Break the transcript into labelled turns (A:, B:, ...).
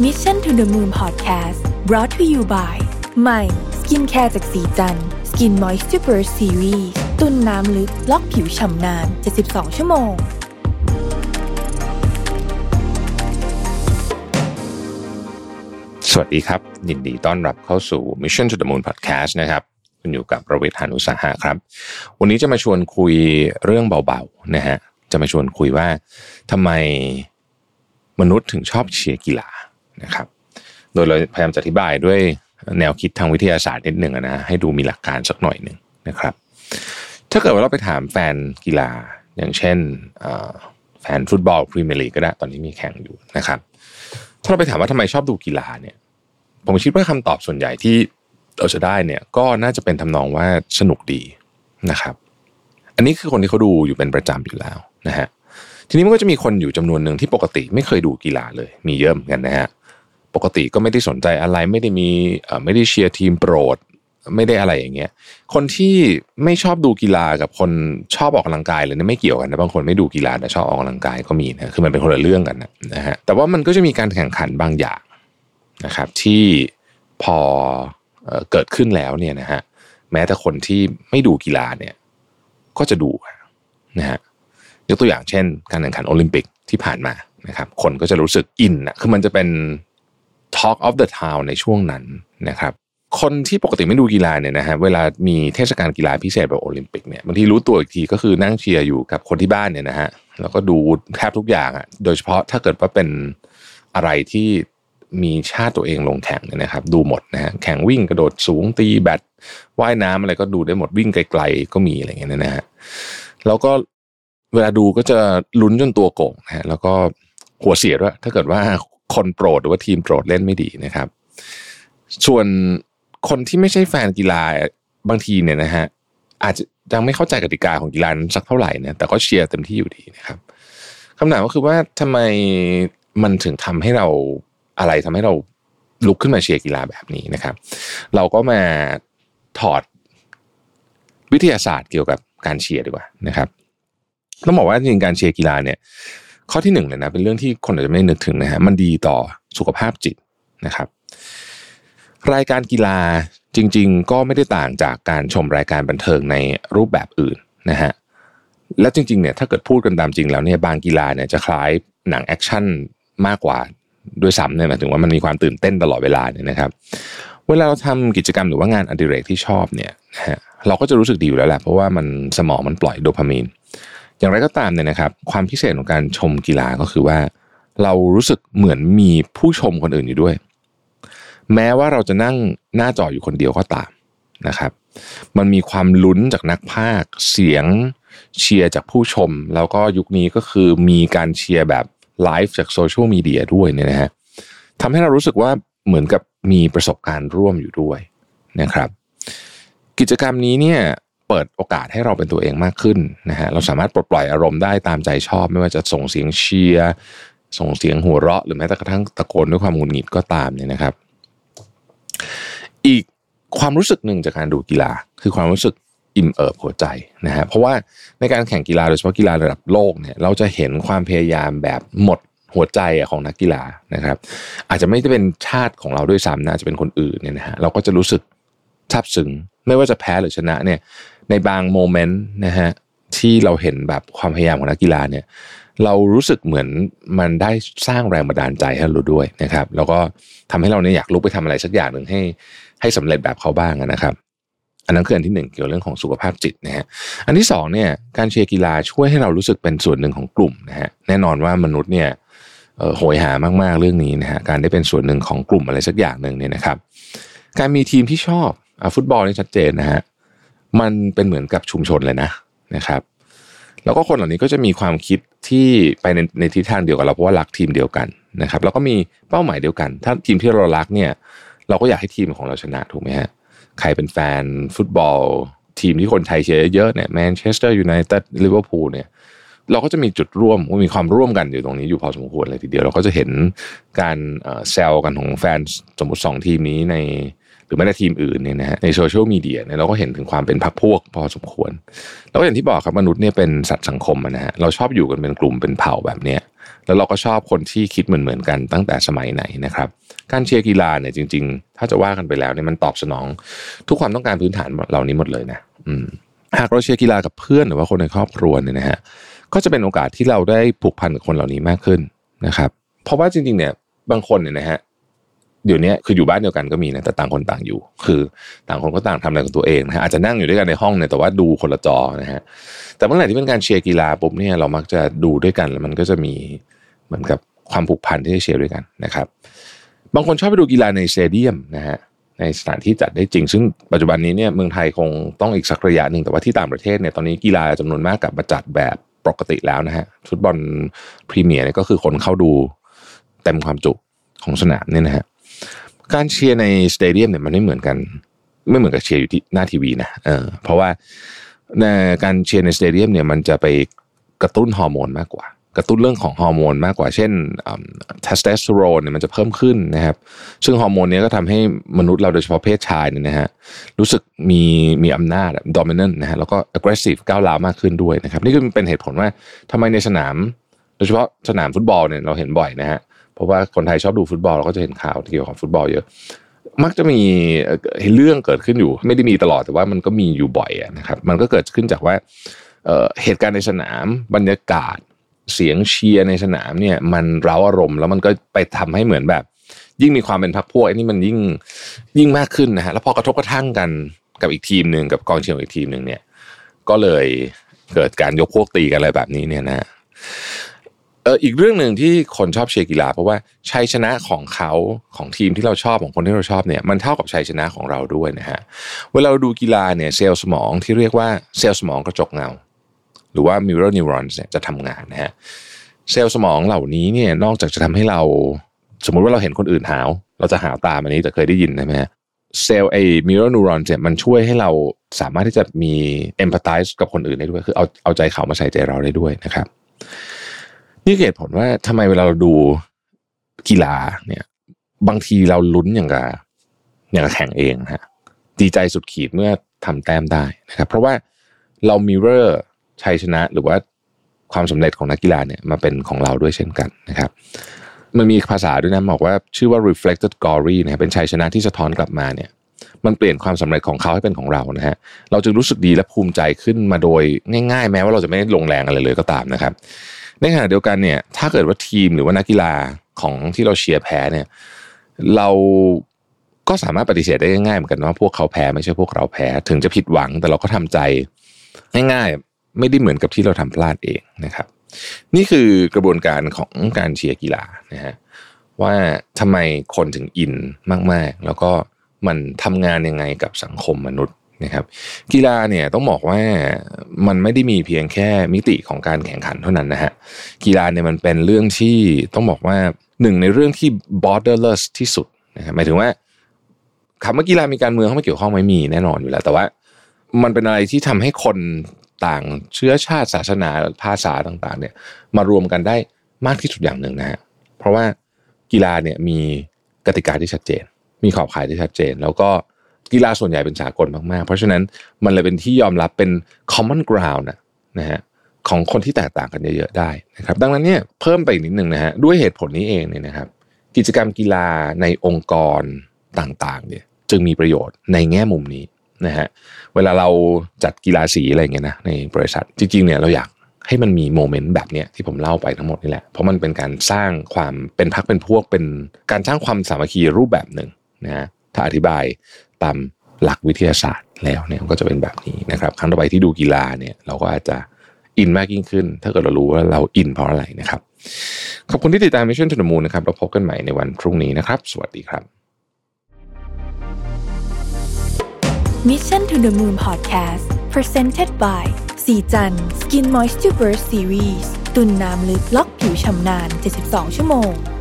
A: Mission to the Moon Podcast brought to you by ใหม่สกินแคร์จากสีจันทร์ Skin Moisture Burst Series ตุ้นน้ำลึกล็อกผิวฉ่ำนาน72ชั่วโมง
B: สวัสดีครับยินดีต้อนรับเข้าสู่ Mission to the Moon Podcast นะครับคุณอยู่กับประวิตร หาญอุตสาหะครับวันนี้จะมาชวนคุยเรื่องเบาๆนะฮะจะมาชวนคุยว่าทำไมมนุษย์ถึงชอบเชียร์กีฬานะครับโดยเราพยายามจะอธิบายด้วยแนวคิดทางวิทยาศาสตร์นิดหนึ่งนะให้ดูมีหลักการสักหน่อยหนึ่งนะครับถ้าเกิดว่าเราไปถามแฟนกีฬาอย่างเช่นแฟนฟุตบอลพรีเมียร์ลีกก็ได้ตอนนี้มีแข่งอยู่นะครับถ้าเราไปถามว่าทำไมชอบดูกีฬาเนี่ยผมคิดว่าคำตอบส่วนใหญ่ที่เราจะได้เนี่ยก็น่าจะเป็นทำนองว่าสนุกดีนะครับอันนี้คือคนที่เขาดูอยู่เป็นประจำอยู่แล้วนะฮะทีนี้มันก็จะมีคนอยู่จำนวนหนึ่งที่ปกติไม่เคยดูกีฬาเลยมีเยอะเหมือนกันนะฮะปกติก็ไม่ได้สนใจอะไรไม่ได้เชียร์ทีมโปรดไม่ได้อะไรอย่างเงี้ยคนที่ไม่ชอบดูกีฬากับคนชอบออกกำลังกายเลยเนี่ยไม่เกี่ยวกันนะบางคนไม่ดูกีฬาแต่ชอบออกกำลังกายก็มีนะคือมันเป็นคนละเรื่องกันนะฮะแต่ว่ามันก็จะมีการแข่งขันบางอย่างนะครับที่พอเกิดขึ้นแล้วเนี่ยนะฮะแม้แต่คนที่ไม่ดูกีฬาเนี่ยก็จะดูนะฮะยกตัวอย่างเช่นการแข่งขันโอลิมปิกที่ผ่านมานะครับคนก็จะรู้สึกอินนะคือมันจะเป็น Talk of the Town ในช่วงนั้นนะครับคนที่ปกติไม่ดูกีฬาเนี่ยนะฮะเวลามีเทศกาลกีฬาพิเศษแบบโอลิมปิกเนี่ยบางทีรู้ตัวอีกทีก็คือนั่งเชียร์อยู่กับคนที่บ้านเนี่ยนะฮะแล้วก็ดูแทบทุกอย่างอ่ะโดยเฉพาะถ้าเกิดว่าเป็นอะไรที่มีชาติตัวเองลงแข่งเนี่ยนะครับดูหมดนะฮะแข่งวิ่งกระโดดสูงตีแบดว่ายน้ำอะไรก็ดูได้หมดวิ่งไกลๆก็มีอะไรเงี้ยนะฮะแล้วก็เวลาดูก็จะลุ้นจนตัวโก่งนะฮะแล้วก็หัวเสียด้วยถ้าเกิดว่าคนโปรดหรือว่าทีมโปรดเล่นไม่ดีนะครับส่วนคนที่ไม่ใช่แฟนกีฬาบางทีเนี่ยนะฮะอาจจะยังไม่เข้าใจกติกาของกีฬานั้นสักเท่าไหร่นะแต่ก็เชียร์เต็มที่อยู่ดีนะครับคำถามก็คือว่าทำไมมันถึงทำให้เราอะไรทำให้เราลุกขึ้นมาเชียร์กีฬาแบบนี้นะครับเราก็มาถอดวิทยาศาสตร์เกี่ยวกับการเชียร์ดีกว่านะครับต้องบอกว่าจริงๆการเชียร์กีฬาเนี่ยข้อที่หนึ่งเลยนะเป็นเรื่องที่คนอาจจะไม่นึกถึงนะฮะมันดีต่อสุขภาพจิตนะครับรายการกีฬาจริงๆก็ไม่ได้ต่างจากการชมรายการบันเทิงในรูปแบบอื่นนะฮะและจริงๆเนี่ยถ้าเกิดพูดกันตามจริงแล้วเนี่ยบางกีฬาเนี่ยจะคล้ายหนังแอคชั่นมากกว่าด้วยซ้ำเนี่ยหมายถึงว่ามันมีความตื่นเต้นตลอดเวลาเนี่ยนะครับเวลาเราทำกิจกรรมหรือว่างานอดิเรกที่ชอบเนี่ยนะฮะเราก็จะรู้สึกดีอยู่แล้วแหละเพราะว่ามันสมองมันปล่อยโดพามีนอย่างไรก็ตามเนี่ยนะครับความพิเศษของการชมกีฬาก็คือว่าเรารู้สึกเหมือนมีผู้ชมคนอื่นอยู่ด้วยแม้ว่าเราจะนั่งหน้าจออยู่คนเดียวก็ตามนะครับมันมีความลุ้นจากนักพากย์เสียงเชียร์จากผู้ชมแล้วก็ยุคนี้ก็คือมีการเชียร์แบบไลฟ์จากโซเชียลมีเดียด้วยเนี่ยนะฮะทำให้เรารู้สึกว่าเหมือนกับมีประสบการณ์ร่วมอยู่ด้วยนะครับกิจกรรมนี้เนี่ยเปิดโอกาสให้เราเป็นตัวเองมากขึ้นนะฮะเราสามารถปลดปล่อยอารมณ์ได้ตามใจชอบไม่ว่าจะส่งเสียงเชียร์ส่งเสียงหัวเราะหรือแม้แต่กระทั่งตะโกนด้วยความหงุดหงิดก็ตามเนี่ยนะครับอีกความรู้สึกหนึ่งจากการดูกีฬาคือความรู้สึกอิ่มเอิบหัวใจนะฮะเพราะว่าในการแข่งกีฬาโดยเฉพาะกีฬาระดับโลกเนี่ยเราจะเห็นความพยายามแบบหมดหัวใจของนักกีฬานะครับอาจจะไม่ได้เป็นชาติของเราด้วยซ้ำนะจะเป็นคนอื่นเนี่ยนะฮะเราก็จะรู้สึกซาบซึ้งไม่ว่าจะแพ้หรือชนะเนี่ยในบางโมเมนต์นะฮะที่เราเห็นแบบความพยายามของนักกีฬาเนี่ยเรารู้สึกเหมือนมันได้สร้างแรงบันดาลใจให้เราด้วยนะครับแล้วก็ทำให้เราเนี่ยอยากลุกไปทำอะไรสักอย่างหนึ่งให้สำเร็จแบบเขาบ้างนะครับอันนั้นคืออันที่หนึ่งเกี่ยวกับเรื่องของสุขภาพจิตนะฮะอันที่สองเนี่ยการเชียร์กีฬาช่วยให้เรารู้สึกเป็นส่วนหนึ่งของกลุ่มนะฮะแน่นอนว่ามนุษย์เนี่ยโหยหามากๆเรื่องนี้นะฮะการได้เป็นส่วนหนึ่งของกลุ่มอะไรสักอย่างหนึ่งเนี่ยนะครับการมีทีมที่ชอบฟุตบอลนี่ชัดเจนนะฮะมันเป็นเหมือนกับชุมชนเลยนะครับแล้วก็คนเหล่านี้ก็จะมีความคิดที่ไปในทิศทางเดียวกับเราเพราะว่ารักทีมเดียวกันนะครับแล้วก็มีเป้าหมายเดียวกันถ้าทีมที่เรารักเนี่ยเราก็อยากให้ทีมของเราชนะถูกไหมฮะใครเป็นแฟนฟุตบอลทีมที่คนไทยเชียร์เยอะเนี่ยแมนเชสเตอร์ยูไนเต็ดลิเวอร์พูลเนี่ยเราก็จะมีจุดร่วมมีความร่วมกันอยู่ตรงนี้อยู่พอสมควรเลยทีเดียวเราก็จะเห็นการแซวกันของแฟนสมมติ2ทีมนี้ในหรือไม่ได้ทีมอื่นเนี่ยนะฮะในโซเชียลมีเดียเนี่ยเราก็เห็นถึงความเป็นพรรคพวกพอสมควรแล้วก็อย่างที่บอกครับมนุษย์เนี่ยเป็นสัตว์สังคมนะฮะเราชอบอยู่กันเป็นกลุ่มเป็นเผ่าแบบเนี้ยแล้วเราก็ชอบคนที่คิดเหมือนกันตั้งแต่สมัยไหนนะครับการเชียร์กีฬาเนี่ยจริงๆถ้าจะว่ากันไปแล้วเนี่ยมันตอบสนองทุกความต้องการพื้นฐานเหล่านี้หมดเลยนะหากเราเชียร์กีฬากับเพื่อนหรือว่าคนในครอบครัวเนี่ยนะฮะก็จะเป็นโอกาสที่เราได้ผูกพันกับคนเหล่านี้มากขึ้นนะครับเพราะว่าจริงๆเนี่ยบางคนเนี่ยนะฮะเดี๋ยวนี้คืออยู่บ้านเดียวกันก็มีนะแต่ต่างคนต่างอยู่คือต่างคนก็ต่างทำอะไรของตัวเองนะฮะอาจจะนั่งอยู่ด้วยกันในห้องเนี่ยแต่ว่าดูคนละจอนะฮะแต่เมื่อไหร่ที่เป็นการเชียร์กีฬาปุ๊บเนี่ยเรามักจะดูด้วยกันแล้วมันก็จะมีเหมือนกับความผูกพันที่จะเชียร์ด้วยกันนะครับบางคนชอบไปดูกีฬาในสเตเดียมนะฮะในสถานที่จัดได้จริงซึ่งปัจจุบันนี้เนี่ยเมืองไทยคงต้องอีกสักระยะนึงแต่ว่าที่ต่างประเทศเนี่ยตอนนี้กีฬาจำนวนมากกลับมาจัดแบบปกติแล้วนะฮะฟุตบอลพรีเมียร์เนี่ยก็คือคนเข้าดูเต็มความจุของสนามเนี่ยนะฮะการเชียร์ในสเตเดียมเนี่ยมันไม่เหมือนกับเชียร์อยู่ที่หน้าทีวีนะเพราะว่าในการเชียร์ในสเตเดียมเนี่ยมันจะไปกระตุ้นฮอร์โมนมากกว่ากระตุ้นเรื่องของฮอร์โมนมากกว่าเช่นเทสโทสเตอโรนเนี่ยมันจะเพิ่มขึ้นนะครับซึ่งฮอร์โมนนี้ก็ทำให้มนุษย์เราโดยเฉพาะเพศชายเนี่ยนะฮะรู้สึกมีอำนาจ dominant นะฮะแล้วก็ aggressive ก้าวร้าวมากขึ้นด้วยนะครับนี่ก็เป็นเหตุผลว่าทำไมในสนามโดยเฉพาะสนามฟุตบอลเนี่ยเราเห็นบ่อยนะฮะเพราะว่าคนไทยชอบดูฟุตบอลเราก็จะเห็นข่าวเกี่ยวกับฟุตบอลเยอะมักจะมีเรื่องเกิดขึ้นอยู่ไม่ได้มีตลอดแต่ว่ามันก็มีอยู่บ่อยนะครับมันก็เกิดขึ้นจากว่าเหตุการณ์ในสนามบรรยากาศเสียงเชียร์ในสนามเนี่ยมันเร้าอารมณ์แล้วมันก็ไปทำให้เหมือนแบบยิ่งมีความเป็นพรรคพวกไอ้นี่มันยิ่งมากขึ้นนะฮะแล้วพอกระทบกระทั่งกันกับอีกทีมนึงกับกองเชียร์อีกทีมนึงเนี่ยก็เลยเกิดการยกพวกตีกันอะไรแบบนี้เนี่ยนะอีกเรื่องนึงที่คนชอบเชียร์กีฬาเพราะว่าชัยชนะของเขาของทีมที่เราชอบของคนที่เราชอบเนี่ยมันเท่ากับชัยชนะของเราด้วยนะฮะเวลาเราดูกีฬาเนี่ยเซลล์สมองที่เรียกว่าเซลล์สมองกระจกเงาหรือว่า mirror neurons เนี่ยจะทำงานนะฮะเซลล์สมองเหล่านี้เนี่ยนอกจากจะทำให้เราสมมุติว่าเราเห็นคนอื่นหาวเราจะหาวตามอันนี้แต่เคยได้ยินใช่ไหมฮะเซลล์mirror neurons เนี่ยมันช่วยให้เราสามารถที่จะมี empathize กับคนอื่นได้ด้วยคือเอาใจเขามาใส่ใจเราได้ด้วยนะครับนี่เหตุผลว่าทำไมเวลาเราดูกีฬาเนี่ยบางทีเราลุ้นอย่างกับแข่งเองฮะดีใจสุดขีดเมื่อทำแต้มได้นะครับเพราะว่าเรา mirror ชัยชนะหรือว่าความสำเร็จของนักกีฬาเนี่ยมาเป็นของเราด้วยเช่นกันนะครับมันมีภาษาด้วยนะบอกว่าชื่อว่า reflected glory นะเป็นชัยชนะที่สะท้อนกลับมาเนี่ยมันเปลี่ยนความสำเร็จของเขาให้เป็นของเรานะฮะเราจะรู้สึกดีและภูมิใจขึ้นมาโดยง่ายๆแม้ว่าเราจะไม่ได้ลงแรงอะไรเลยก็ตามนะครับในขณะเดียวกันเนี่ยถ้าเกิดว่าทีมหรือว่านักกีฬาของที่เราเชียร์แพ้เนี่ยเราก็สามารถปฏิเสธได้ง่ายๆเหมือนกันว่าพวกเขาแพ้ไม่ใช่พวกเราแพ้ถึงจะผิดหวังแต่เราก็ทำใจง่ายๆไม่ได้เหมือนกับที่เราทำพลาดเองนะครับนี่คือกระบวนการของการเชียร์กีฬานะฮะว่าทำไมคนถึงอินมากๆแล้วก็มันทำงานยังไงกับสังคมมนุษย์นะครับกีฬาเนี่ยต้องบอกว่ามันไม่ได้มีเพียงแค่มิติของการแข่งขันเท่านั้นนะฮะกีฬาเนี่ยมันเป็นเรื่องที่ต้องบอกว่าหนึ่งในเรื่องที่ borderless ที่สุดนะครับหมายถึงว่าคำว่ากีฬามีการเมืองเข้ามาเกี่ยวข้องไม่มีแน่นอนอยู่แล้วแต่ว่ามันเป็นอะไรที่ทำให้คนต่างเชื้อชาติศาสนาภาษาต่างๆเนี่ยมารวมกันได้มากที่สุดอย่างหนึ่งนะฮะเพราะว่ากีฬาเนี่ยมีกติกาที่ชัดเจนมีขอบข่ายที่ชัดเจนแล้วก็กีฬาส่วนใหญ่เป็นสากลมากๆเพราะฉะนั้นมันเลยเป็นที่ยอมรับเป็น common ground นะฮะของคนที่แตกต่างกันเยอะๆได้นะครับดังนั้นเนี่ยเพิ่มไปอีกนิดนึงนะฮะด้วยเหตุผลนี้เองเนี่ยนะครับกิจกรรมกีฬาในองค์กรต่างๆเนี่ยจึงมีประโยชน์ในแง่มุมนี้นะฮะเวลาเราจัดกีฬาสีอะไรอย่างเงี้ยนะในบริษัทจริงๆเนี่ยเราอยากให้มันมีโมเมนต์แบบเนี้ยที่ผมเล่าไปทั้งหมดนี่แหละเพราะมันเป็นการสร้างความเป็นพรรคเป็นพวกเป็นการสร้างความสามัคคีรูปแบบหนึ่งนะฮะถ้าอธิบายตามหลักวิทยาศาสตร์แล้วเนี่ยก็จะเป็นแบบนี้นะครับครั้งต่อไปที่ดูกีฬาเนี่ยเราก็อาจจะอินมากยิ่งขึ้นถ้าเกิดเรารู้ว่าเราอินเพราะอะไรนะครับขอบคุณที่ติดตาม Mission to the Moon นะครับเราพบกันใหม่ในวันพรุ่งนี้นะครับสวัสดีครับ
A: Mission to the Moon Podcast Presented by สีจัน Skin Moisture Burst Series ตุ่นน้ำลึกล็อกผิวชำนาน72 ชั่วโมง